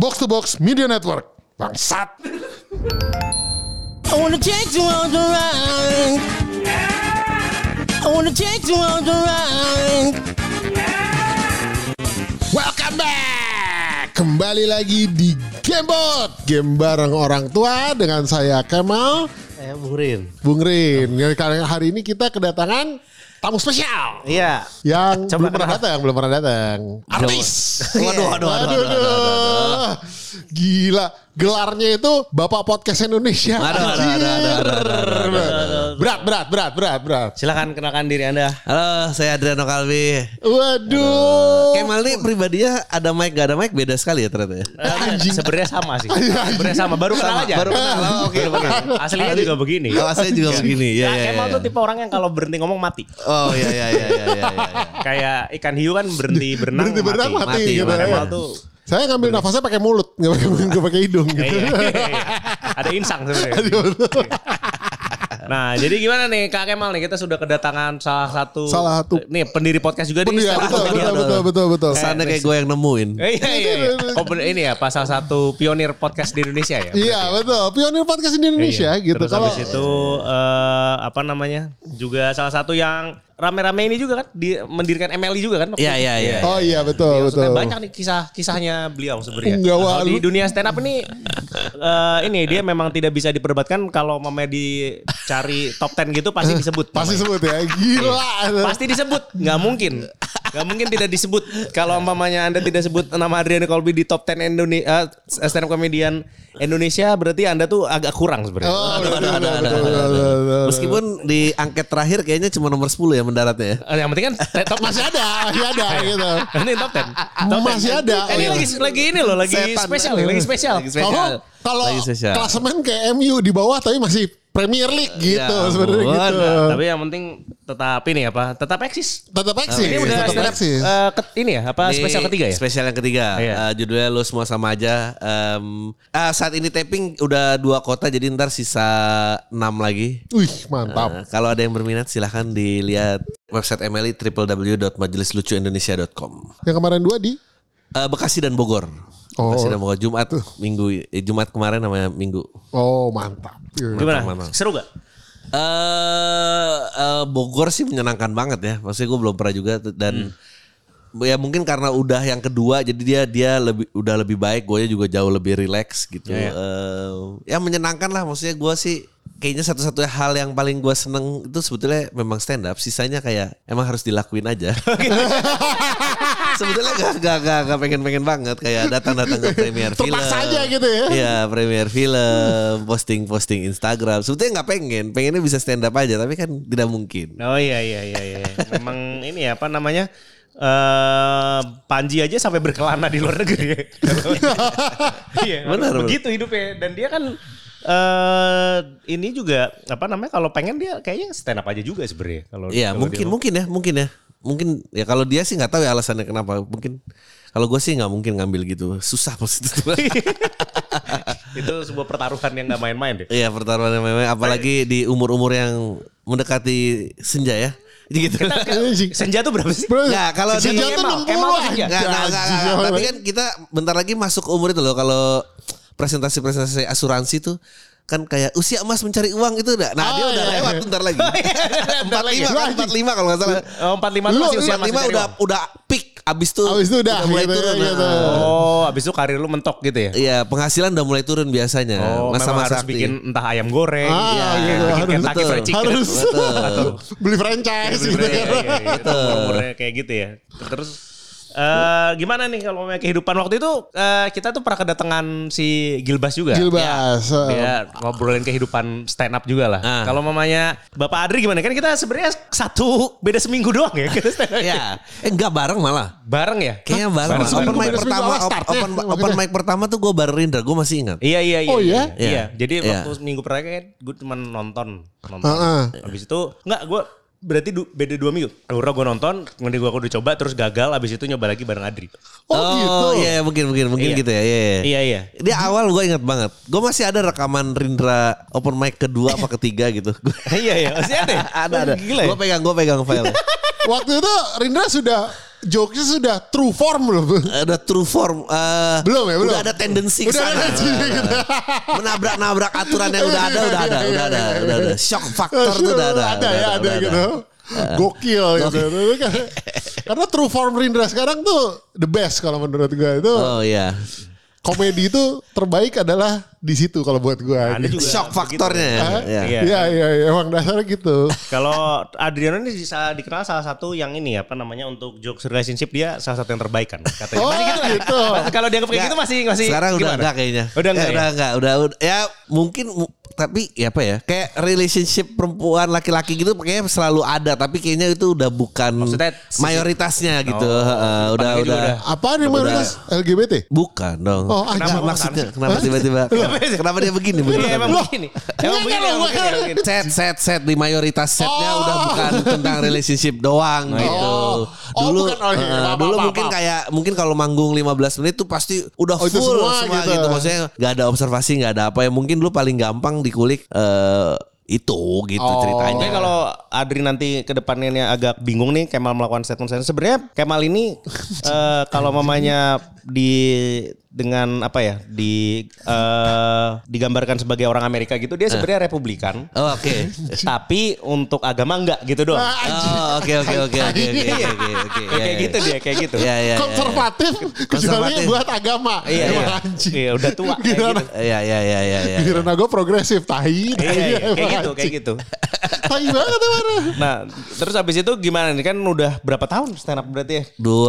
Box to Box Media Network. Bangsat. I wanna take you on the ride. I wanna take you on the ride. Welcome back. Kembali lagi di Gamebot. Game bareng orang tua dengan saya Kemal. Saya Bung Rin. Bung Rin. Hari ini kita kedatangan tamu spesial. Iya. Yang Coba belum pernah datang. Artis. Waduh. Gila. Gelarnya itu Bapak Podcast Indonesia. Berat. Silakan kenalkan diri Anda. Halo, saya Adriano Kalbi. Waduh. Kemal nih pribadinya ada mic gak ada mic beda sekali ya ternyata ya. Sebenarnya sama sih. Sebenarnya sama. Baru kenal aja. Baru kenal. Oke. Aslinya juga begini. Aslinya juga begini. Iya. Kemal tuh tipe orang yang kalau berhenti ngomong mati. Oh iya. Kayak ikan hiu kan berhenti berenang mati gitu. Kemal tuh Saya ngambil nafasnya pakai mulut, nggak pakai hidung gitu. Iya. Ada insang sebenarnya. Nah, jadi gimana nih Kak Kemal nih, kita sudah kedatangan salah satu nih pendiri podcast juga nih. Betul. Sana kayak gue yang nemuin. Iya. Ini ya, salah satu pionir podcast di Indonesia ya. Iya, betul. Pionir podcast di Indonesia gitu. Terus habis itu juga salah satu yang rame-rame ini juga kan mendirikan MLI juga kan? Iya. Oh iya betul. Banyak nih kisahnya beliau sebenarnya. Kalau di dunia stand up ini dia memang tidak bisa diperdebatkan, kalau mamanya dicari top 10 gitu pasti disebut. Pasti sebut ya. Gila. Pasti disebut. Nggak mungkin tidak disebut. Kalau umpamanya Anda tidak sebut nama Adriano Kalbi di top 10 Indonesia stand up comedian Indonesia, berarti Anda tuh agak kurang sebenarnya. Ada. Meskipun di angket terakhir kayaknya cuma nomor 10 ya mendaratnya ya. Yang penting kan top masih ada gitu. Ini top 10. Masih ada. Ini lagi spesial. Kalau klasemen kayak MU di bawah tapi masih Premier League gitu sebenarnya gitu. Tapi yang penting tetap ini tetap eksis. Ini udah eksis. Spesial ketiga ya? Spesial yang ketiga. Judulnya Lo Semua Sama Aja. Saat ini taping udah 2 kota, jadi ntar sisa 6 lagi. Wih, mantap. Kalau ada yang berminat silahkan dilihat website MLI www.majelislucuindonesia.com. Yang kemarin 2 di Bekasi dan Bogor. Bekasi dan Bogor. Jumat kemarin namanya Minggu. Oh, mantap. Gimana? Seru gak? Bogor sih menyenangkan banget ya. Maksudnya gue belum pernah juga dan ya mungkin karena udah yang kedua jadi dia udah lebih baik, gue juga jauh lebih relax gitu. Ya menyenangkan lah, maksudnya gue sih kayaknya satu-satunya hal yang paling gue seneng itu sebetulnya memang stand up. Sisanya kayak emang harus dilakuin aja. Sebetulnya gak pengen banget kayak datang ke premier film. Terpaksa aja gitu ya. Iya, premier film, posting Instagram. Sebetulnya gak pengennya bisa stand up aja, tapi kan tidak mungkin. Oh iya. Memang ini Panji aja sampai berkelana di luar negeri. Iya, benar. Begitu hidupnya, dan dia kan ini juga kalau pengen dia kayaknya stand up aja juga sebenarnya. Iya, mungkin ya. Mungkin ya kalau dia sih nggak tahu ya alasannya kenapa. Mungkin kalau gue sih nggak mungkin ngambil gitu. Susah pasti itu. Itu sebuah pertaruhan yang nggak main-main deh. Iya, pertaruhan yang main-main. Apalagi di umur-umur yang mendekati senja ya. Gitu. Senja tuh berapa sih? Nggak, kalau senja tuh 60 aja. Nggak. Tapi kan kita bentar lagi masuk umur itu loh. Kalau presentasi asuransi tuh kan kayak usia emas mencari uang itu udah. Nah, dia udah lewat bentar lagi. 45 kalau nggak salah. 45 tuh masih usia emas. 45 udah peak. Abis itu udah mulai turun. Gitu. Abis itu karir lu mentok gitu ya? Iya, penghasilan udah mulai turun biasanya. Masa-masa harus bikin entah ayam goreng, bikin Kentucky Fried Chicken. Harus beli franchise gitu. Umurnya kayak gitu ya. Terus gimana nih kalau kehidupan waktu itu, kita tuh pernah kedatangan si Gilbas juga. Dia ngobrolin kehidupan stand up juga lah. Kalau mamanya Bapak Adri gimana? Kan kita sebenarnya beda seminggu doang ya. Ya, enggak bareng malah. Bareng ya? Kayaknya bareng. Open mic pertama tuh gue bareng Rindra, gue masih ingat. Iya. Oh iya? Iya. Jadi waktu minggu pertama kan gue cuma nonton. Habis itu gue berarti beda 2 minggu. Akhirnya gue nonton, kemudian gue udah coba terus gagal, abis itu nyoba lagi bareng Adri. Oh gitu. Iya, mungkin gitu ya. Iya. Dia awal gue ingat banget. Gue masih ada rekaman Rindra open mic kedua apa ketiga gitu. Iya, masih ada. Ada. Gila ya? Gue pegang file. Waktu itu Rindra sudah jokesnya sudah true form belum? Ada true form. Belum ya, belum. Udah ada tendensi ke sana. Menabrak-nabrak aturan yang udah ada. Shock factor tuh udah ada. Ada gitu. Gokil gitu. Karena true form Rindra sekarang tuh the best kalau menurut gue itu. Oh iya. Komedi itu terbaik adalah di situ kalau buat gue. Ada juga shock faktornya. Iya, emang dasarnya gitu. Kalau Adriano ini bisa dikenal salah satu yang ini apa namanya untuk jokes relationship dia salah satu yang terbaik kan katanya. Oh Masih gitu. gitu. Kalau dia kayak gitu masih Sekarang gimana? udah enggak kayaknya. Udah enggak. Udah ya mungkin tapi ya apa ya? Kayak relationship perempuan laki-laki gitu kayaknya selalu ada tapi kayaknya itu udah bukan maksudnya mayoritasnya gitu. Udah. Apa nih mayoritas LGBT? Bukan dong. Oh, Kenapa maksudnya? Kenapa tiba-tiba? Kenapa dia begini? Iya, emang begini. Emang begini. Set di mayoritas setnya udah bukan tentang relationship doang gitu. Dulu mungkin kalau manggung 15 menit tuh pasti udah full semua gitu. Maksudnya nggak ada observasi, nggak ada apa ya. Mungkin dulu paling gampang dikulik itu gitu ceritanya. Oke, kalau Adri nanti ke depannya agak bingung nih Kemal melakukan statement sebenarnya Kemal ini kalau mamanya dengan apa ya digambarkan sebagai orang Amerika gitu dia sebenarnya Republikan. Oh, oke. Tapi untuk agama enggak gitu doang. Oh, oke. Kayak gitu dia, kayak gitu. Iya. Konservatif kecuali buat agama. Iya, udah tua kayak gitu. Iya. Giliran gue progresif, tahi. Kayak gitu. Tai banget mana. Nah, terus habis itu gimana nih kan udah berapa tahun stand up berarti ya?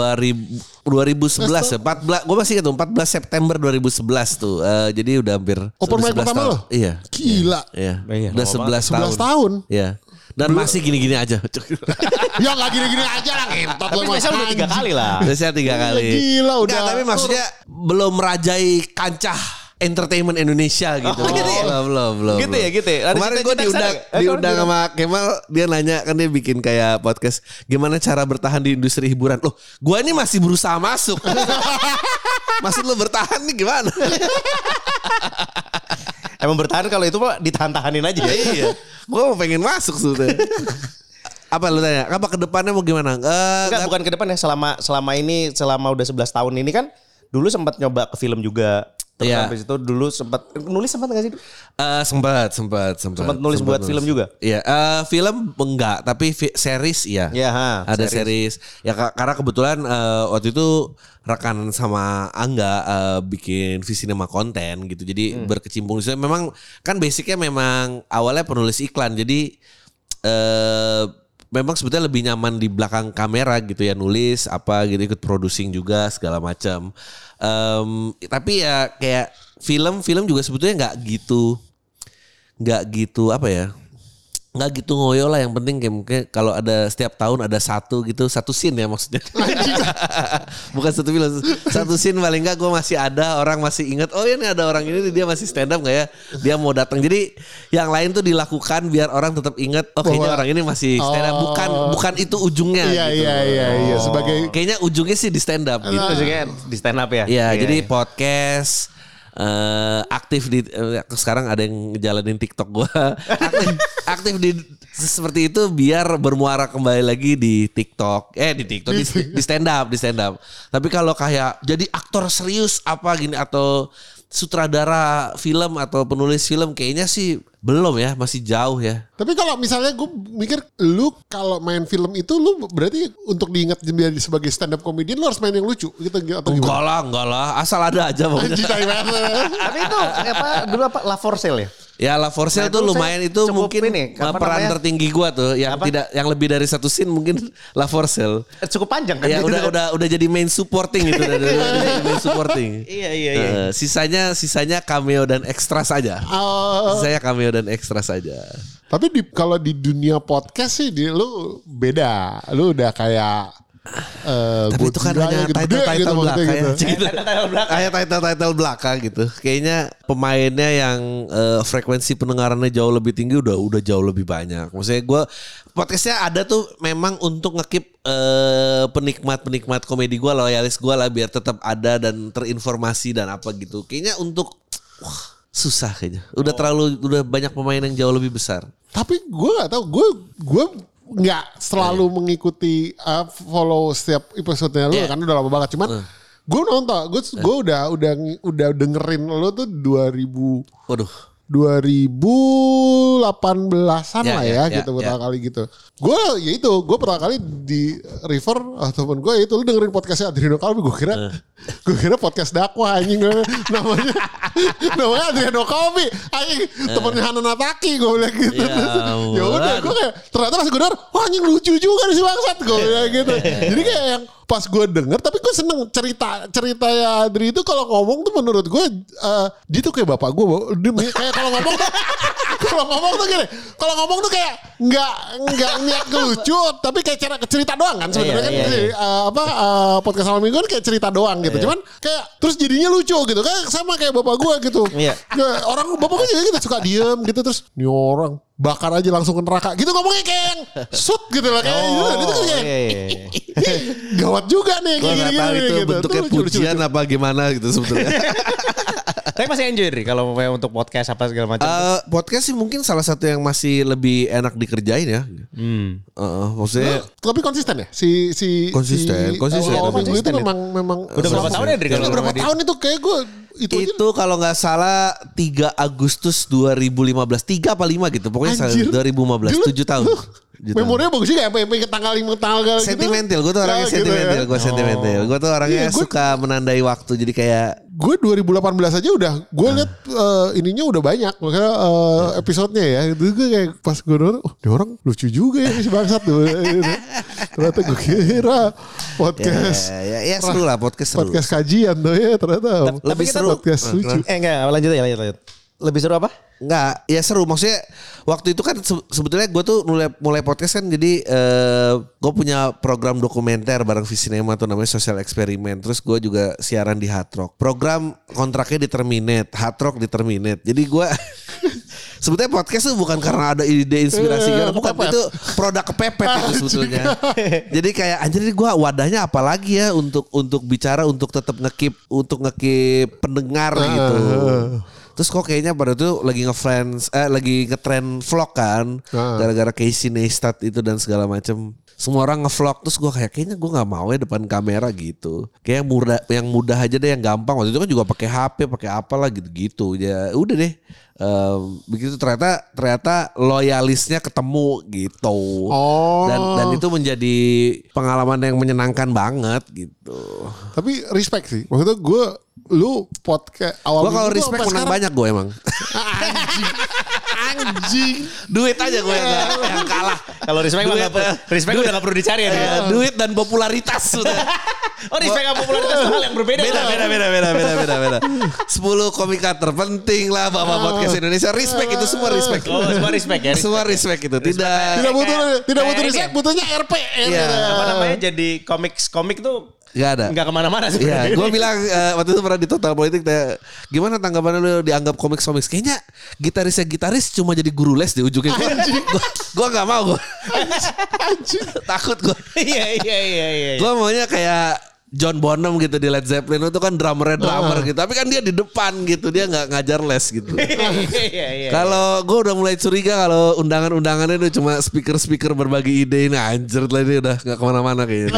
2011 ya. 14 gue masih ingat tuh 14 September 2011 tuh. Jadi udah hampir open mic pertama lo? Iya. Gila. Iya. Udah 11 tahun. Iya. Dan masih gini-gini aja. Ya gak gini-gini aja lah ngentot. Tapi biasanya udah 3 kali lah. Biasanya 3 kali. Gila udah. Nggak, tapi maksudnya belum merajai kancah entertainment Indonesia gitu. Gitu ya? Belum. Gitu ya. Kemarin gue diundang sama Kemal, dia nanya kan dia bikin kayak podcast gimana cara bertahan di industri hiburan. Loh, gue ini masih berusaha masuk. Maksud lo bertahan nih gimana? Emang bertahan kalau itu Pak ditahan-tahanin aja. Iya. Gue mau pengen masuk sebetulnya. Apa lu tanya? Apa ke depannya mau gimana? Enggak, bukan ke depan ya. Selama udah 11 tahun ini kan dulu sempat nyoba ke film juga. Terus habis itu dulu sempat gak sih? Sempat nulis buat film juga? Iya, film enggak, tapi series iya. Iya, ada series. Ya karena kebetulan waktu itu rekanan sama Angga bikin Visinema konten gitu. Jadi berkecimpung di situ. Memang kan basicnya memang awalnya penulis iklan. Jadi memang sebetulnya lebih nyaman di belakang kamera gitu ya, nulis apa gitu, ikut producing juga segala macam. Tapi ya kayak film juga sebetulnya nggak gitu apa ya, nggak gitu ngoyo lah. Yang penting kayak kalau ada setiap tahun ada satu scene ya maksudnya. Bukan satu film, satu scene paling nggak gue masih ada, orang masih ingat, oh ini ada orang ini dia masih stand up nggak ya, dia mau datang. Jadi yang lain tuh dilakukan biar orang tetap ingat, oh kayaknya orang ini masih stand up. Bukan itu ujungnya. Iya. Sebagai kayaknya ujungnya sih di stand up gitu. Ujungnya di stand up ya. Iya, jadi podcast. Aktif di sekarang ada yang ngejalanin TikTok gue. aktif di seperti itu biar bermuara kembali lagi di TikTok. Di stand up. Tapi kalau kayak jadi aktor serius apa gini atau sutradara film atau penulis film kayaknya sih belum ya, masih jauh ya. Tapi kalau misalnya gue mikir lu kalau main film itu lu berarti untuk diingat menjadi sebagai stand up comedian lu harus main yang lucu gitu atau gimana? Enggak lah, asal ada aja pokoknya. Tapi itu dulu La For Sale ya? Ya La For Sale tuh lumayan, itu mungkin peran tertinggi gua tuh yang yang lebih dari satu scene mungkin La For Sale. Cukup panjang kan? Ya udah jadi main supporting gitu, main supporting. Iya. Sisanya cameo dan ekstra saja. Saya cameo dan ekstra saja. Tapi kalau di dunia podcast sih lu beda. Lu udah kayak tapi itu kan hanya title belakang kayak title belakang gitu. Kayaknya pemainnya yang frekuensi pendengarannya jauh lebih tinggi udah jauh lebih banyak. Maksudnya gue podcastnya ada tuh memang untuk ngekip penikmat komedi gue, loyalis gue lah, biar tetap ada dan terinformasi dan apa gitu. Kayaknya untuk susah kayaknya. Udah banyak pemain yang jauh lebih besar. Tapi gue gak tahu, gue nggak selalu mengikuti follow setiap episode-nya lu kan udah lama banget. Cuman gue nonton, gue udah dengerin lo tuh 2018-an lah ya gitu pertama kali gitu. Gue pertama kali di refer ataupun gue itu lu dengerin podcastnya Adriano Kalbi, gue kira podcast dakwah anjing namanya Adriano Kalbi anjing temennya Hana Nataki gue bilang gitu. Ya udah gue kayak ternyata pas gue denger wah anjing lucu juga nih si bangsat gue bilang gitu. Jadi kayak yang pas gue denger tapi gue seneng cerita ya Adri itu kalau ngomong tuh menurut gue dia tuh kayak bapak gue kayak kalau ngomong tuh gini, kalau ngomong tuh kayak nggak niat lucu tapi kayak cara cerita doang kan sebenarnya podcast Malam Mingguan kayak cerita doang gitu. Cuman kayak terus jadinya lucu gitu kan sama kayak bapak gue gitu. Orang bapak gue juga gitu suka diem gitu terus nih orang bakar aja langsung ke neraka gitu ngomongnya kayak yang shoot gitu lah kayak itu kan kayak gawat juga nih kayak gini itu gitu. Bentuknya pujian apa gimana gitu sebetulnya. Tapi masih enjoy nih kalau untuk podcast apa segala macam. Podcast sih mungkin salah satu yang masih lebih enak dikerjain ya. Maksudnya tapi konsisten ya si konsisten. Minggu itu memang udah berapa tahun ya Dri? Udah berapa tahun itu kayak gue itu kalau nggak salah 3 Agustus 2015 3 apa 5 gitu pokoknya 2015 7 tahun. Memorinya bagus juga ya sampai ke tanggal gitu. Sentimental, gue tuh orangnya sentimental, gue sentimental. Gue tuh orangnya suka menandai waktu jadi kayak gue 2018 aja udah gue liat ininya udah banyak makanya episodenya ya itu gue kayak pas gue nonton dia orang lucu juga ya si bangsat tuh. Ternyata gue kira podcast ya seru lah podcast kajian tuh ya ternyata lebih seru podcast lucu. Enggak lanjut. Lebih seru apa? Enggak, ya seru. Maksudnya waktu itu kan sebetulnya gue tuh mulai podcast kan jadi gue punya program dokumenter bareng Visinema tuh namanya Social Experiment. Terus gue juga siaran di Hard Rock. Program kontraknya di-terminate, Hard Rock di-terminate. Jadi gue sebetulnya podcast tuh bukan karena ada ide inspirasi bukan itu produk kepepet itu sebetulnya. Jadi kayak anjir gue wadahnya apa lagi ya untuk bicara untuk tetap ngekip pendengar gitu. Terus kok kayaknya pada itu lagi lagi ngetrend vlog kan, gara-gara Casey Neistat itu dan segala macem. Semua orang ngevlog terus gue kayaknya gue nggak mau ya depan kamera gitu. Kayak yang mudah aja deh yang gampang. Waktu itu kan juga pakai HP, pakai apalah gitu-gitu. Ya udah deh. Begitu ternyata loyalisnya ketemu gitu. Dan itu menjadi pengalaman yang menyenangkan banget gitu. Tapi respect sih. Maksudnya lu podcast awal. Gue kalau respect menang banyak gue emang. Anjing. Duit aja gue yang kalah. Kalau respect udah gak perlu dicari ya. Duit dan popularitas sudah. Oh respect sama popularitas hal yang berbeda. Beda. 10 komika terpenting lah Bapak Podcast Indonesia. Respect itu semua respect. Oh semua respect ya. Semua respect itu. Tidak butuh respect, butuhnya RP. Apa namanya jadi komik tuh. Gak ada. Gak kemana-mana sebenarnya. Iya, gue bilang waktu itu pernah di Total Politik, gimana tanggapan lu dianggap komik? Kayaknya gitaris cuma jadi guru les di ujungnya. Gue gak mau gue. Takut gue. Iya. Gue maunya kayak John Bonham gitu di Led Zeppelin itu kan drummer gitu. Tapi kan dia di depan gitu, dia gak ngajar les gitu. Kalau gue udah mulai curiga kalau undangan-undangannya itu cuma speaker berbagi ide ini anjir lah ini udah gak kemana-mana kayaknya.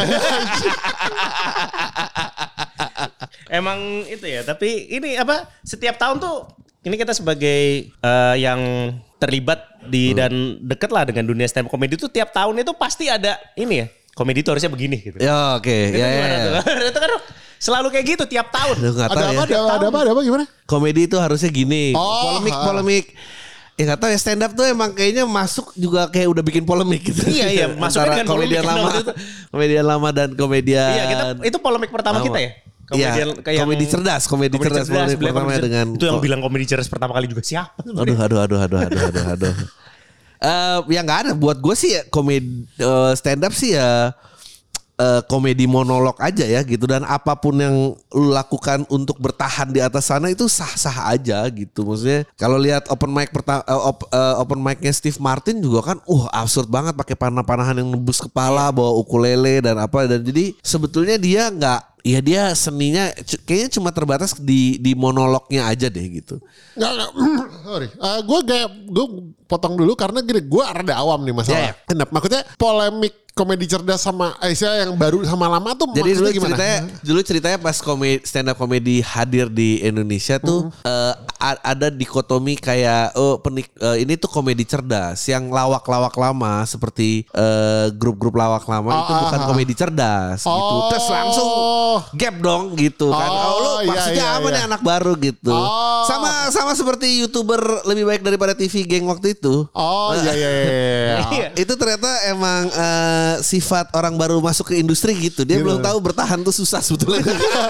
Emang itu ya, tapi ini apa setiap tahun tuh ini kita sebagai yang terlibat di dan deket lah dengan dunia stand up comedy tuh tiap tahun itu pasti ada ini ya komedi itu harusnya begini gitu. Ya oke. Ya. Itu kan selalu kayak gitu tiap tahun. Ada apa gimana? Komedi itu harusnya gini. Polemik. Ya gak tau ya stand up tuh emang kayaknya masuk juga kayak udah bikin polemik gitu. Iya masuknya dengan komedian lama dan komedian. Iya itu polemik pertama kita ya. Komedi cerdas pertama dengan itu yang bilang komedi cerdas pertama kali juga siapa? Aduh. Ya nggak ada buat gue sih ya komedi stand up sih ya komedi monolog aja ya gitu dan apapun yang lu lakukan untuk bertahan di atas sana itu sah-sah aja gitu. Maksudnya kalau lihat open mic-nya Steve Martin juga kan absurd banget pakai panah-panahan yang nembus kepala bawa ukulele dan apa dan jadi sebetulnya dia nggak ya dia seninya kayaknya cuma terbatas di monolognya aja deh gitu. Nggak. Sorry. Gue potong dulu karena gini, gue rada awam nih masalah. Kenapa? Maksudnya polemik komedi cerdas sama Aisyah yang baru sama lama tuh jadi gimana? Dulu ceritanya pas stand up comedy hadir di Indonesia tuh ada dikotomi kayak ini tuh komedi cerdas yang lawak-lawak lama seperti grup-grup lawak lama itu bukan komedi cerdas gitu. Terus langsung gap dong gitu kan. Lu maksudnya apa nih anak baru gitu. Sama seperti YouTuber lebih baik daripada TV Geng waktu itu. Iya. Itu ternyata emang sifat orang baru masuk ke industri gitu. Dia belum tahu bertahan tuh susah sebetulnya.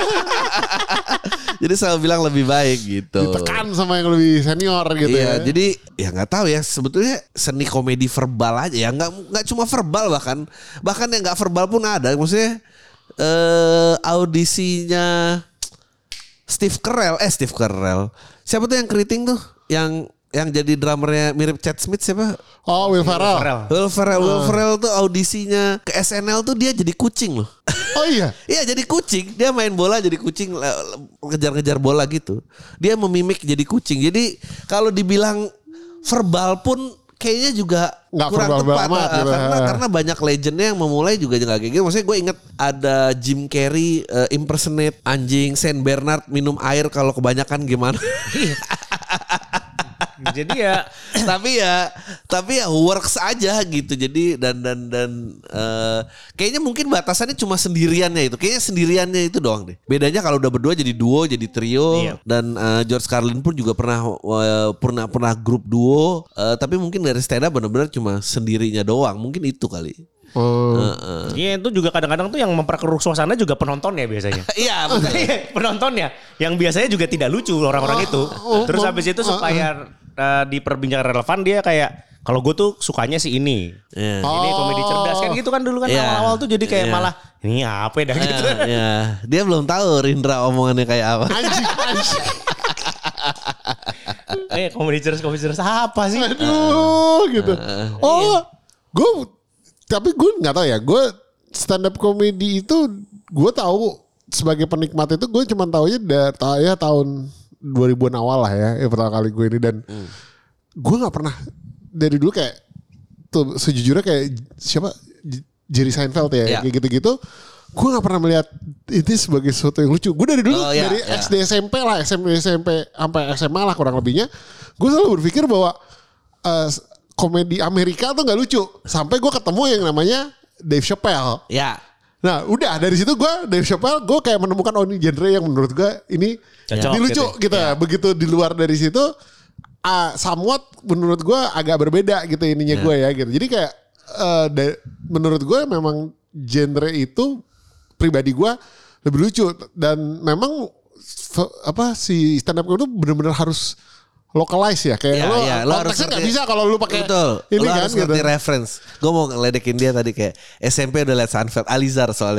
Jadi saya bilang lebih baik gitu. Ditekan sama yang lebih senior gitu ya. Jadi ya nggak tahu ya sebetulnya seni komedi verbal aja ya, nggak cuma verbal bahkan yang nggak verbal pun ada. Maksudnya audisinya Steve Carell. Siapa tuh yang keriting tuh? Yang jadi drummernya mirip Chad Smith siapa? Oh, Will Ferrell. Will Ferrell tuh audisinya ke SNL tuh dia jadi kucing loh. Oh iya? Iya jadi kucing. Dia main bola jadi kucing, ngejar-ngejar bola gitu. Dia memimik jadi kucing. Jadi kalau dibilang verbal pun kayaknya juga nggak kurang tepat amat, gitu. karena banyak legendnya yang memulai juga nggak kayak gitu. Maksudnya gue inget ada Jim Carrey impersonate anjing Saint Bernard minum air kalau kebanyakan gimana. Jadi ya tapi ya works aja gitu. Jadi dan kayaknya mungkin batasannya cuma sendiriannya itu. Kayaknya sendiriannya itu doang deh. Bedanya kalau udah berdua jadi duo, jadi trio. Dan George Carlin pun juga pernah grup duo. Tapi mungkin dari stand up benar-benar cuma sendirinya doang. Mungkin itu kali. Iya itu juga kadang-kadang tuh yang memperkeruh suasana juga penontonnya biasanya. Iya penontonnya yang biasanya juga tidak lucu orang-orang itu. Terus habis itu supaya di perbincangan relevan dia kayak kalau gue tuh sukanya sih ini. Ini komedi cerdas kan gitu kan dulu kan awal-awal tuh jadi kayak malah ini apa ya gitu. Dia belum tahu Rindra omongannya kayak apa. Anjing. Komedi cerdas apa sih? Aduh gitu. Tapi gue nggak tahu ya. Gue stand up comedy itu gue tahu sebagai penikmat itu gue cuma tahunya dari tahun 2000-an awal lah ya. Pertama kali gue ini dan gue nggak pernah dari dulu kayak tuh sejujurnya kayak siapa Jerry Seinfeld ya kayak gitu-gitu. Gue nggak pernah melihat itu sebagai sesuatu yang lucu. Gue dari dulu dari SD SMP lah, SMP sampai SMA lah kurang lebihnya. Gue selalu berpikir bahwa komedi Amerika tuh nggak lucu sampai gue ketemu yang namanya Dave Chappelle. Ya. Nah udah dari situ Dave Chappelle gue kayak menemukan ini genre yang menurut gue ini lucu gitu ya. Begitu di luar dari situ somewhat menurut gue agak berbeda gitu ininya gue ya gitu. Jadi kayak menurut gue memang genre itu pribadi gue lebih lucu dan memang si stand up itu benar-benar harus localize ya kayak lo konteksnya nggak bisa kalau lu pakai ini lo kan harus ngerti reference. Gue mau ngeledekin dia tadi kayak SMP udah liat Seinfeld Alizar soalnya.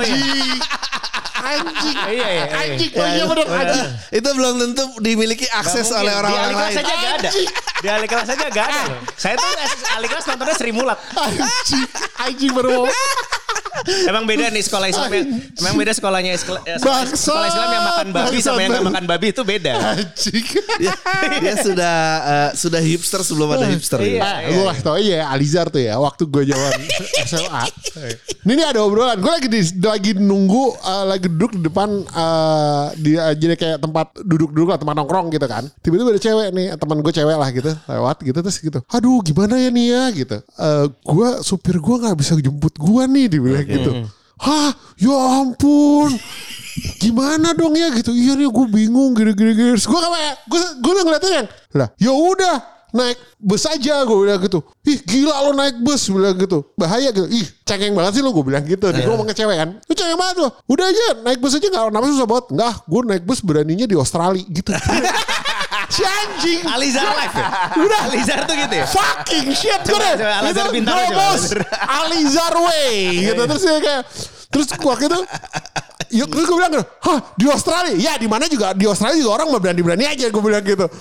Anjing. Iya benar anjing. Itu belum tentu dimiliki akses oleh orang-orang lain. Di Aliklas aja gak ada. Di Aliklas aja gak ada loh. Saya tuh Aliklas nontonnya Sri Mulat. Anjing baru. Emang beda nih sekolah Islam yang emang beda sekolahnya sekolah Islam yang makan babi sama yang gak makan babi itu beda. Anjing. Dia sudah hipster sebelum ada hipster. Gue kasih tau aja ya Alizar tuh ya waktu gue jalan SMA. Ini ada obrolan. Gue lagi nunggu lagi duduk di depan jadi kayak tempat duduk lah tempat nongkrong gitu kan. Tiba-tiba ada cewek nih teman gue cewek lah gitu lewat gitu terus gitu. Aduh gimana ya nih ya gitu. Supir gue nggak bisa jemput gue nih dibilang gitu. Hah ya ampun. Gimana dong ya gitu. Iya nih gue bingung gini. Gue kayak gue udah ngeliatin yang lah ya udah naik bus aja gue bilang gitu. Ih gila lo naik bus bilang gitu. Bahaya gitu. Ih cengeng banget sih lo gue bilang gitu. Gue ngomong ke cewek kan. Lu cengeng banget lo. Udah aja naik bus aja gak kenapa susah banget. Enggak gue naik bus beraninya di Australia gitu. Si anjing. Alizar live ya? Udah. Alizar tuh gitu ya? Fucking shit. Coba Alizar bintang aja. Bos. Alizar way. Gitu. Terus dia kayak. Terus waktu itu. Ya, terus gue bilang hah di Australia? Ya di mana juga. Di Australia juga orang berani-berani aja gue bilang gitu.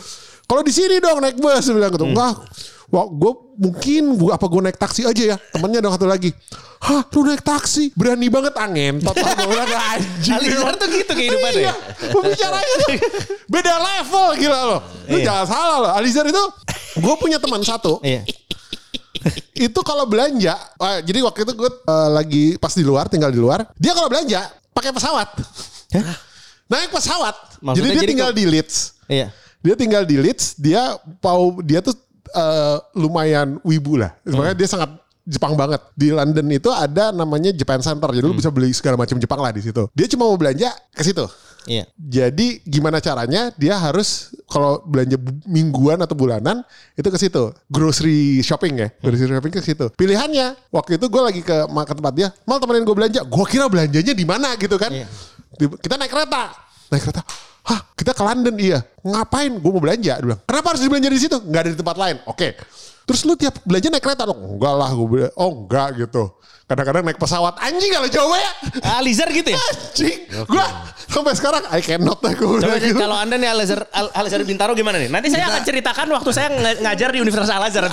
Kalau di sini dong naik bus, dia bilang gitu. Enggak. Wah, gue naik taksi aja ya. Temennya dong satu lagi. Hah, lu naik taksi? Berani banget angin. Total gue bilang anjing. Alizar tuh gitu kehidupannya. Iya, pembicaranya tuh beda level gila loh. Lu jangan salah loh. Alizar itu, gue punya teman satu. Iya. Itu kalau belanja, jadi waktu itu gue lagi pas di luar, tinggal di luar. Dia kalau belanja pakai pesawat. Naik pesawat. Maksudnya Jadi dia tinggal di Leeds. Iya. Dia tinggal di Leeds, dia tuh lumayan wibu lah. Sebenarnya dia sangat Jepang banget. Di London itu ada namanya Japan Center. Jadi lu bisa beli segala macam Jepang lah di situ. Dia cuma mau belanja ke situ. Iya. Jadi gimana caranya dia harus kalau belanja mingguan atau bulanan itu ke situ. Grocery shopping ya. Grocery shopping ke situ. Pilihannya waktu itu gue lagi ke tempat dia, "Mal, temenin gue belanja." Gue kira belanjanya di mana gitu kan. Iya. Kita naik kereta. Hah, kita ke London, iya. Ngapain? Gue mau belanja. Dia bilang, "Kenapa harus dibelanja di situ? Nggak ada di tempat lain." Oke. Terus lu tiap belanja naik kereta dong? Enggak lah, gue bilang. Oh enggak gitu. Kadang-kadang naik pesawat. Anjing kalau jawabnya. Alizar gitu ya? Anjing. Gue sampai sekarang I cannot lah. Coba kalau Anda nih Al-Azhar Bintaro gimana nih? Nanti saya akan ceritakan waktu saya ngajar di Universitas Al-Azhar.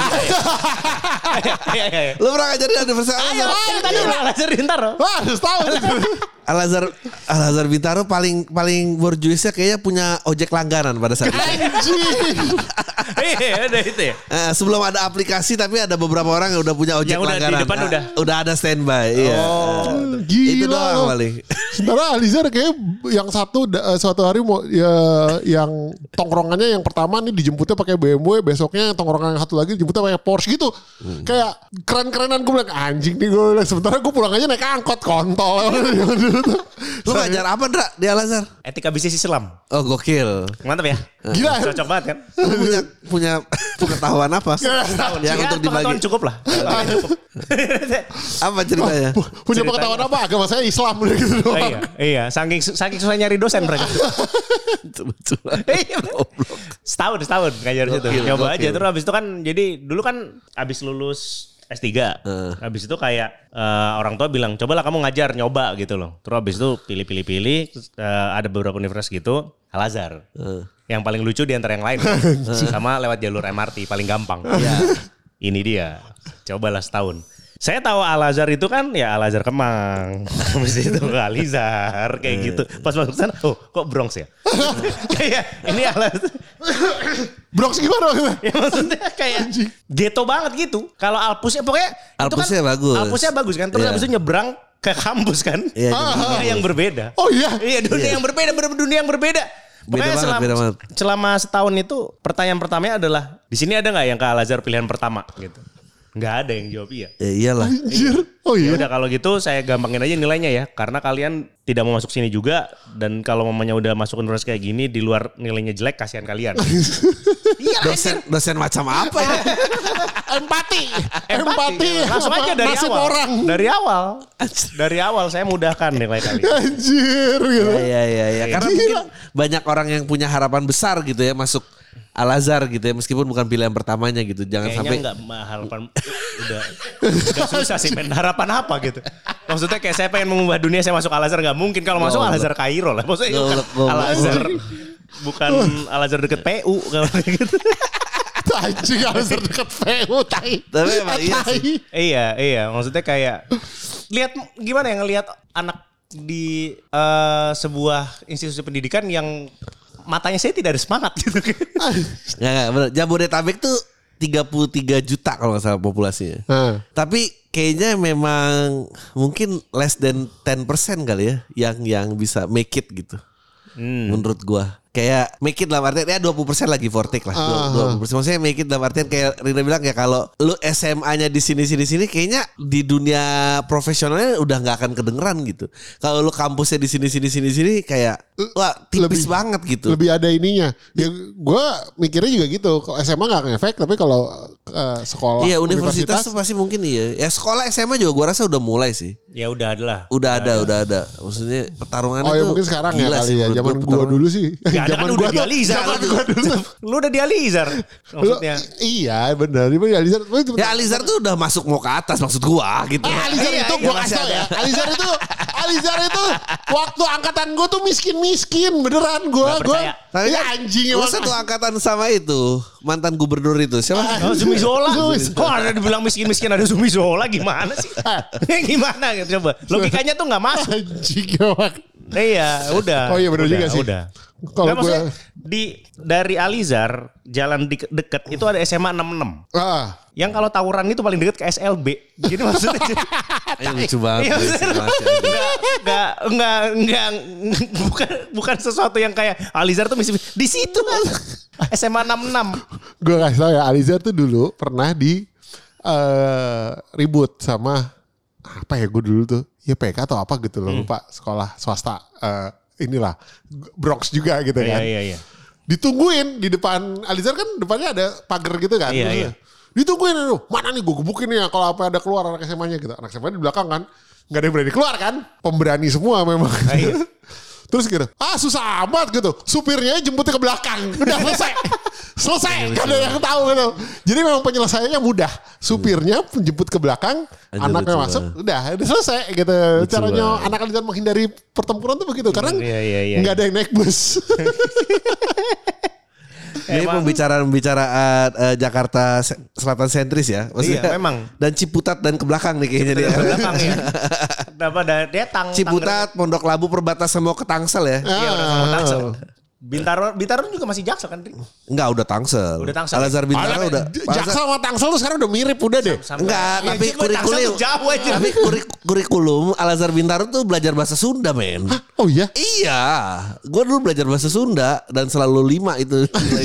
Lu pernah ngajar di Universitas Al-Azhar? Ayo, cerita dulu Al-Azhar Bintaro. Wah, harus tahu. Al-Azhar Bintaro paling borjuisnya kayaknya punya ojek langganan pada saat itu. Anjing. Iya, udah itu ya. Sebelum ada aplikasi tapi ada beberapa orang yang udah punya ojek langganan. Di depan udah ada standby. Iya. Gila. Itu doang paling. Sementara Alizar kayak yang suatu hari mau ya, yang tongkrongannya yang pertama nih dijemputnya pakai BMW, besoknya tongkrongan yang satu lagi dijemputnya pakai Porsche gitu. Kayak keren-kerenan. Gue bilang anjing nih gue bilang. Sementara gue pulang aja naik angkot kontol. Lu ngajar apa Ndra di Al-Azhar? Etika bisnis Islam. Oh gokil. Mantap ya. Gila. Cocok banget kan. Lu punya pengetahuan apa? Yang untuk dibagi. Cukup lah. Apa ceritanya? Punya pengetahuan apa? Agama saya Islam gitu doang. Iya. Saking susah nyari dosen mereka. Setahun ngajar situ. Coba aja terus habis itu kan jadi dulu kan habis lulus S3. Habis itu kayak orang tua bilang, "Cobalah kamu ngajar, nyoba gitu loh." Terus habis itu pilih ada beberapa universitas gitu, Al-Azhar. Yang paling lucu di antara yang lain. Sama lewat jalur MRT paling gampang. Ini dia. Cobalah setahun. Saya tahu Al-Azhar itu kan ya Al-Azhar Kemang. Habis itu ke Alizar kayak gitu. Pas masuk sana, oh kok Bronx ya? Kayak ini Al-Azhar. Bronx gimana? Ya maksudnya kayak ghetto banget gitu. Kalau Alpusnya pokoknya Alpusnya kan, bagus. Alpusnya bagus kan. Terus habis itu nyebrang ke kampus kan. Dunia yang berbeda. Oh iya. Iya dunia yang berbeda, dunia yang berbeda. Pokoknya selama setahun itu pertanyaan pertamanya adalah di sini ada nggak yang ke Al-Azhar pilihan pertama gitu? Nggak ada yang jawab iya. Ya iyalah. Anjir. Oh iya. Ya udah kalau gitu saya gampangin aja nilainya ya. Karena kalian tidak mau masuk sini juga. Dan kalau mamanya udah masuk universitas kayak gini. Di luar nilainya jelek kasihan kalian. Iya dosen macam apa ya? Empati. Langsung aja dari awal. Orang. Dari awal saya mudahkan nilai kalian. Anjir. Gitu. Iya. Karena mungkin banyak orang yang punya harapan besar gitu ya masuk Al-Azhar gitu ya meskipun bukan pilihan pertamanya gitu. Jangan sampai enggak harapan udah susah sih men harapan apa gitu. Maksudnya kayak saya pengen mengubah dunia saya masuk Al-Azhar enggak mungkin kalau masuk Al-Azhar Kairo lah. Maksudnya Al-Azhar bukan Al-Azhar deket PU kalau gitu. Anjing Al-Azhar deket PU tai. Tapi emang iya sih. Iya, maksudnya kayak lihat gimana ya ngelihat anak di sebuah institusi pendidikan yang matanya saya tidak ada semangat gitu. Enggak benar. Jabodetabek tuh 33 juta kalau nggak salah populasinya. Tapi kayaknya memang mungkin less than 10% kali ya yang bisa make it gitu. Menurut gua. Kayak make it dalam artian ya 20% lagi vortex lah. 20%. Maksudnya make it dalam artian kayak Rina bilang ya kalau lu SMA-nya di sini kayaknya di dunia profesionalnya udah nggak akan kedengeran gitu. Kalau lu kampusnya di sini kayak wah tipis banget gitu. Lebih ada ininya. Ya gue mikirnya juga gitu. Kalau SMA nggak ngefek tapi kalau sekolah iya universitas tuh pasti mungkin iya. Ya sekolah SMA juga gue rasa udah mulai sih. Ya udah ada lah. Udah ada. Maksudnya pertarungannya tuh. Oh ya mungkin sekarang ya kali ya. Zaman gue dulu sih. zaman kan gua udah di Alizar. Lu udah di Alizar. Maksudnya. Iya benar. Di Alizar. Ya Alizar tuh udah masuk mau ke atas maksud gua gitu. Alizar itu gua kasih tau ya. Alizar itu waktu angkatan gua tuh miskin beneran gua. Tapi ya anjing gua satu angkatan sama itu mantan gubernur itu siapa? Zumi Zola. Kok ada dibilang miskin-miskin ada Zumi Zola gimana sih? Gimana gitu coba. Logikanya tuh gak masuk. Anjing. Iya udah. Oh iya bener juga sih. Udah. Kalau gue dari Alizar jalan deket itu ada SMA 66. Yang kalau tawuran itu paling deket ke SLB. Jadi maksudnya lucu banget. bukan sesuatu yang kayak Alizar tuh di situ SMA 66. Gue kasih tau ya Alizar tuh dulu pernah di ribut sama apa ya gue dulu tuh ya PK atau apa gitu loh lupa sekolah swasta inilah Bronx juga gitu kan. Iya. Ditungguin di depan Alizar kan depannya ada pagar gitu kan. Iya. Ditungguin aduh mana nih gue gebukin ya kalau apa ada keluar anak SMA-nya gitu. Anak SMA di belakang kan nggak ada yang berani keluar kan. Pemberani semua memang. Iya. Terus gitu, susah amat gitu. Supirnya jemputnya ke belakang. Udah selesai. Gak ada yang tahu gitu. Jadi memang penyelesaiannya mudah. Supirnya jemput ke belakang, anaknya masuk, udah selesai gitu. Caranya anak Alizar menghindari pertempuran tuh begitu. Karena gak ada yang naik bus. Ini pembicaraan Jakarta Selatan sentris ya. Maksudnya, iya memang. Dan Ciputat dan ke belakang nih kayaknya dia. Ke belakang ya. Dia Ciputat, Pondok Labu perbatasan mau ke Tangsel ya. Iya udah sama Tangsel. Bintaro juga masih Jaksel kan? Enggak udah Tangsel. Al-Azhar Bintaro udah. Jaksel sama Tangsel tuh sekarang udah mirip udah deh. Enggak, tapi kurikulum Al-Azhar Bintaro tuh belajar bahasa Sunda men. Oh iya? Iya. Gue dulu belajar bahasa Sunda dan selalu 5 itu.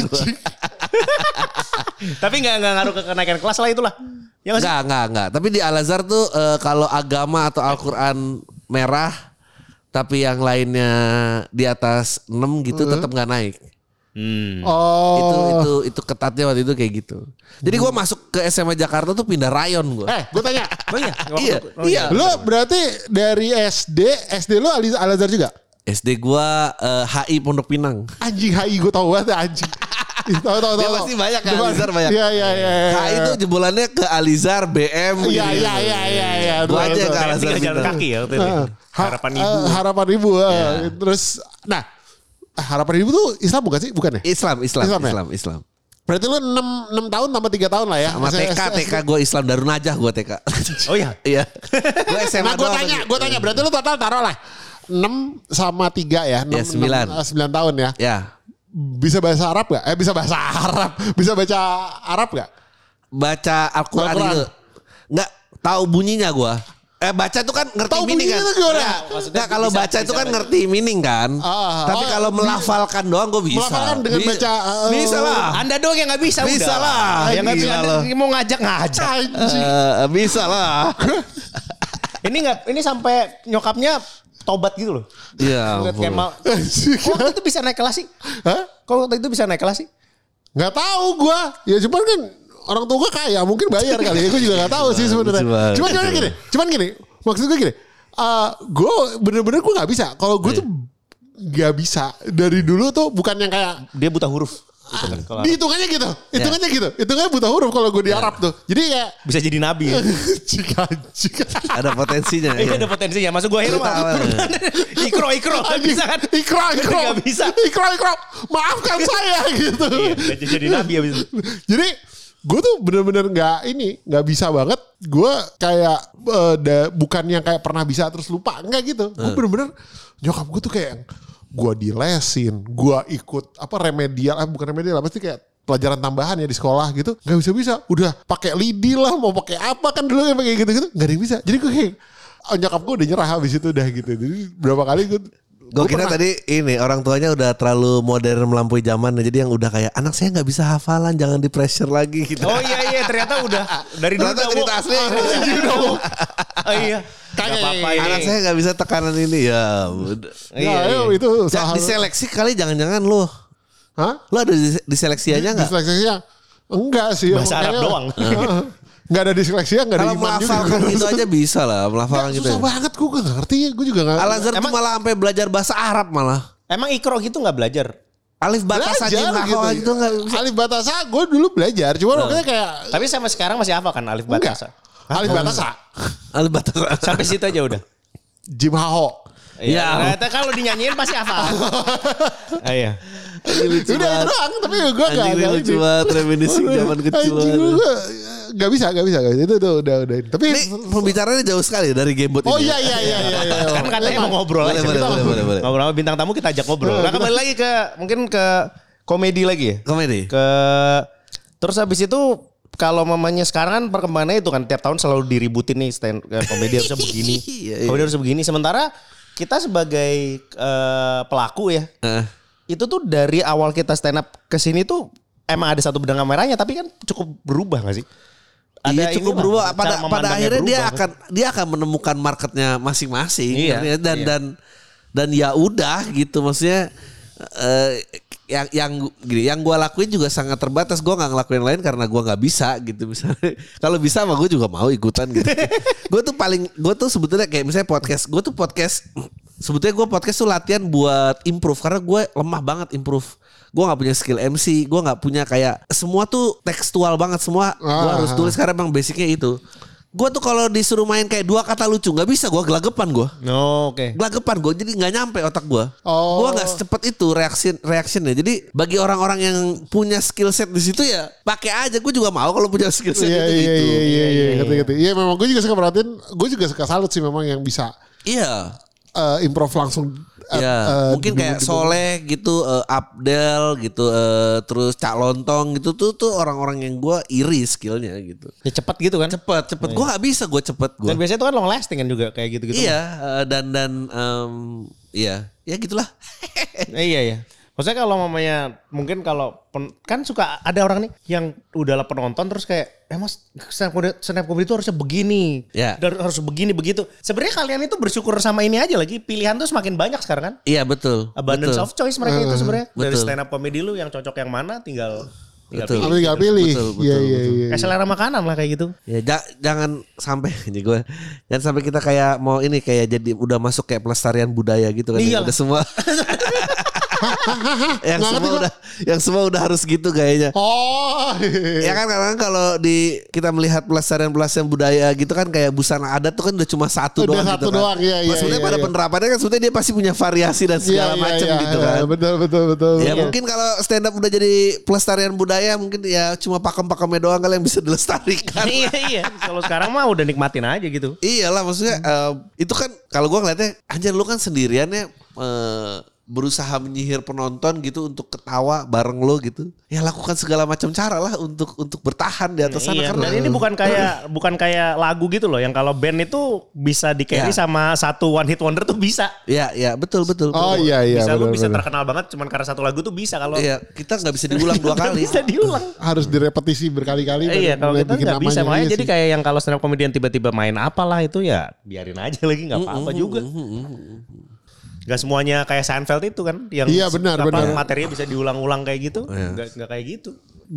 Tapi enggak ngaruh ke kenaikan kelas lah itulah. Ya enggak. Tapi di Al-Azhar tuh kalau agama atau Al-Quran merah tapi yang lainnya di atas 6 gitu tetap nggak naik. Itu ketatnya waktu itu kayak gitu. Jadi gue masuk ke SMA Jakarta tuh pindah rayon gue. Gue tanya. Iya. Lo berarti dari SD lo Al-Azhar juga? SD gue HI Pondok Pinang. Anjing HI gue tau banget anjing. Tahu. Dia pasti banyak kan Alizar banyak. Iya. HI itu jebolannya ke Alizar, BM. Iya. Gue aja ke Al-Azhar jalan kaki ya waktu itu. Harapan Ibu. Terus Harapan Ibu tuh Islam bukan sih? Bukan ya? Islam. Berarti lu 6 tahun tambah 3 tahun lah ya? Sama TK gue Islam Darun Najah gue TK. Oh iya? Iya. Gue SMA nah gue tanya berarti lu total taruh lah 6 sama 3 ya? 9 tahun ya? Ya. Bisa bahasa Arab gak? Bisa bahasa Arab. Bisa baca Arab gak? Baca Al-Quran gitu. Nggak tahu bunyinya gue. Baca itu kan ngerti meaning kan. Nggak kalau baca itu kan ngerti meaning kan. Tapi kalau melafalkan doang gue bisa. Melafalkan dengan baca. Bisa lah. Anda doang yang nggak bisa. Bisa lah. Yang nggak bisa. Mau ngajak. Bisa lah. Ini sampai nyokapnya tobat gitu loh. Iya. Kok waktu itu bisa naik kelas sih? Kok waktu itu bisa naik kelas sih? Nggak tahu gue. Ya cuman kan orang tua gue kaya mungkin bayar kali ya. Gue juga gak tahu sih sebenarnya. Cuman gini. Maksud gue gini. Gue bener-bener gue gak bisa. Kalau gue tuh gak bisa. Dari dulu tuh bukan yang kayak. Dia buta huruf. Hitungannya gitu. Hitungannya buta huruf kalau gue di Arab tuh. Jadi ya. Bisa jadi nabi ya. Jika. Ada potensinya. Iya ada potensinya. Masuk gue Ikro. Bisa kan? Ikro. Gak bisa. Ikro. Maafkan saya gitu. Iya jadi nabi abis itu. Jadi. Gue tuh bener-bener gak bisa banget. Gue kayak bukan yang kayak pernah bisa terus lupa. Enggak gitu. Gue bener-bener nyokap gue tuh kayak gue dilesin. Gue ikut remedial. Bukan remedial. Pasti kayak pelajaran tambahan ya di sekolah gitu. Gak bisa. Udah pakai lidi lah. Mau pakai apa kan dulu kayak gitu-gitu. Gak ada yang bisa. Jadi gue kayak nyokap gue udah nyerah habis itu udah gitu. Jadi berapa kali Gue kira tadi orang tuanya udah terlalu modern melampaui zaman. Jadi yang udah kayak anak saya gak bisa hafalan, jangan di pressure lagi gitu. Oh iya ternyata udah dari dulu cerita asli. Oh iya. Anak saya gak bisa tekanan ini ya. Iya. Itu diseleksi kali jangan-jangan lo. Hah? Lo ada diseleksianya gak? Diseleksinya enggak sih. Bahasa Arab doang. Gak ada disleksia, gak ada iman juga. Kalau melafalkan gitu aja bisa lah. Melafalkan gitu. Susah banget, gue gak ngerti. Gue juga gak. Al-Azhar tuh malah sampai belajar bahasa Arab malah. Emang Ikro gitu gak belajar? Alif Batasa Jim Haho gitu enggak bisa. Alif Batasa gue dulu belajar, cuma makanya kayak. Tapi sampai sekarang masih hafal kan Alif Batasa? Alif Batasa. Alif Batasa. Sampai situ aja udah. Jim Haho. Iya. Ternyata kalau dinyanyiin pasti hafal. Iya. Udah itu doang, tapi gue gak. Anjing lucu banget reminiscing zaman kecil. Gak bisa. Itu udah. Tapi ini pembicaraannya jauh sekali dari Gamebot ini. Oh iya. Kan katanya mau ngobrol aja. Boleh. Ngobrol sama bintang tamu kita ajak ngobrol. Nah kembali lagi mungkin ke komedi lagi ya. Komedi. Terus habis itu kalau mamanya sekarang kan perkembangannya itu kan tiap tahun selalu diributin nih komedi harusnya begini. Komedi harus begini. Sementara kita sebagai pelaku ya. Itu tuh dari awal kita stand up kesini tuh emang ada satu benang merahnya tapi kan cukup berubah gak sih? Iya cukup berubah. Pada akhirnya dia akan menemukan marketnya masing-masing. Iya, dan ya udah gitu maksudnya yang gue lakuin juga sangat terbatas. Gue nggak ngelakuin lain karena gue nggak bisa gitu misalnya. Kalau bisa mah gue juga mau ikutan gitu. gue tuh sebetulnya kayak misalnya podcast. Sebetulnya gue podcast tuh latihan buat improve karena gue lemah banget improve. Gue gak punya skill MC, gue gak punya kayak semua tuh tekstual banget semua. Gue harus tulis karena emang basicnya itu. Gue tuh kalau disuruh main kayak 2 kata lucu gak bisa, gue gelagepan gue. Oke. Gelagepan gue, jadi gak nyampe otak gue. Gue gak secepat itu reactionnya. Jadi bagi orang-orang yang punya skill set di situ ya pakai aja. Gue juga mau kalau punya skill set itu. Iya. Iya memang gue juga suka perhatiin. Gue juga suka salut sih memang yang bisa. Iya. Improve langsung. Mungkin kayak Soleh gitu, Abdel gitu, terus Cak Lontong gitu tuh orang-orang yang gue iri skillnya gitu. Ya cepet gitu kan? Cepet. Gue nggak bisa, gue cepet gue. Dan biasanya itu kan long lasting kan juga kayak gitu-gitu. Iya, ya gitulah. Iya. Maksudnya kalau mamanya mungkin kalau kan suka ada orang nih yang udahlah penonton terus kayak mas stand up comedy itu harusnya begini, harus begini begitu. Sebenarnya kalian itu bersyukur sama ini aja lagi pilihan tuh semakin banyak sekarang kan? Iya betul. Abundance of choice mereka itu sebenarnya dari stand up comedy lu yang cocok yang mana tinggal pilih. Iya. Kayak selera makanan lah kayak gitu. Ya jangan sampai ini gue. Jangan sampai kita kayak mau ini kayak jadi udah masuk kayak pelestarian budaya gitu kan. Udah semua. yang semua udah harus gitu kayaknya. Ya kan kadang kalau kita melihat pelestarian budaya gitu kan kayak busana adat tuh kan udah cuma satu doang gitu kan. Maksudnya pada penerapannya kan sebetulnya dia pasti punya variasi dan segala macam gitu kan. Betul. Ya mungkin kalau stand up udah jadi pelestarian budaya mungkin ya cuma pakem-pakemnya doang kali yang bisa dilestarikan. Iya. Kalau sekarang mah udah nikmatin aja gitu. Iyalah maksudnya itu kan kalau gue ngeliatnya anjir lu kan sendiriannya berusaha menyihir penonton gitu untuk ketawa bareng lo gitu. Ya lakukan segala macam cara lah untuk bertahan di atas sana. Karena dan ini bukan kayak lagu gitu loh yang kalau band itu bisa di carry sama satu one hit wonder tuh bisa. Iya betul. Oh iya. Bisa terkenal banget cuman karena satu lagu tuh bisa kalau. Iya kita nggak bisa diulang 2 kali. Bisa diulang. Harus direpetisi berkali-kali. Iya kalau kita nggak bisa makanya jadi kayak yang kalau stand up comedian tiba-tiba main apalah itu ya biarin aja lagi nggak apa-apa juga. Gak semuanya kayak Seinfeld itu kan yang benar. Materinya bisa diulang-ulang kayak gitu. Gak kayak gitu.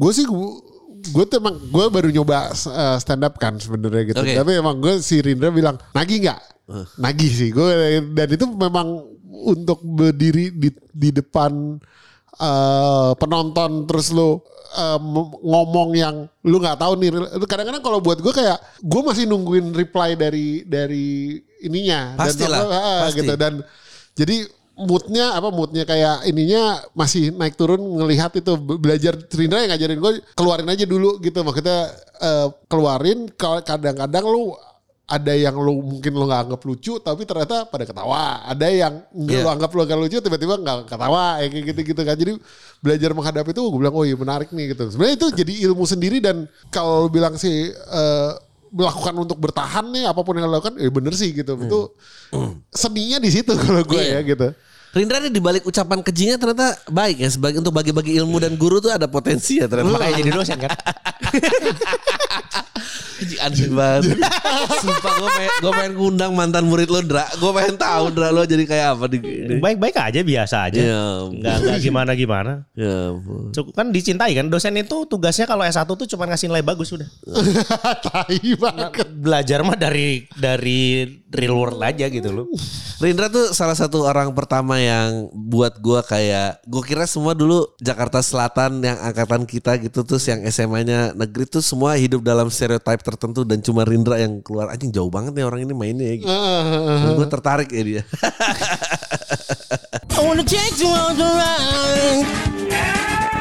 Gue tuh emang gue baru nyoba stand up kan sebenarnya gitu. Tapi emang gue si Rindra bilang nagih nggak? Nagih sih gue dan itu memang untuk berdiri di depan penonton terus lo ngomong yang lu nggak tahu nih. Kadang-kadang kalau buat gue kayak gue masih nungguin reply dari ininya. Pastilah. Pasti. Gitu dan jadi moodnya kayak ininya masih naik turun ngelihat itu belajar Rindra yang ngajarin gue keluarin aja dulu gitu maksudnya keluarin kadang-kadang lu ada yang lu mungkin lu nggak anggap lucu tapi ternyata pada ketawa ada yang lu anggap lu gak lucu tiba-tiba nggak ketawa kayak gitu kan jadi belajar menghadapi itu gue bilang oh iya menarik nih gitu sebenarnya itu jadi ilmu sendiri dan kalau bilang sih melakukan untuk bertahan nih apapun yang dilakukan bener sih gitu itu seninya di situ kalau gue ya gitu. Rindra nih dibalik ucapan kejinya ternyata baik ya sebagai untuk bagi-bagi ilmu dan guru tuh ada potensi ya ternyata. Makanya jadi dosen kan. Aneh banget. Sumpah gue pengen ngundang mantan murid lo Dra. Gue pengen tahu Dra lo jadi kayak apa. Baik-baik aja biasa aja. Enggak gimana-gimana. Ya, cukup kan dicintai kan. Dosen itu tugasnya kalau S1 tuh cuma ngasih nilai bagus udah. Tai banget. Belajar mah dari real world aja gitu loh. Rindra tuh salah satu orang pertama yang buat gue kayak, gue kira semua dulu Jakarta Selatan yang angkatan kita gitu, terus yang SMA-nya negeri tuh semua hidup dalam stereotip tertentu dan cuma Rindra yang keluar, anjing jauh banget nih orang ini mainnya ya gitu. Gue tertarik ya dia. I wanna take you on the ride.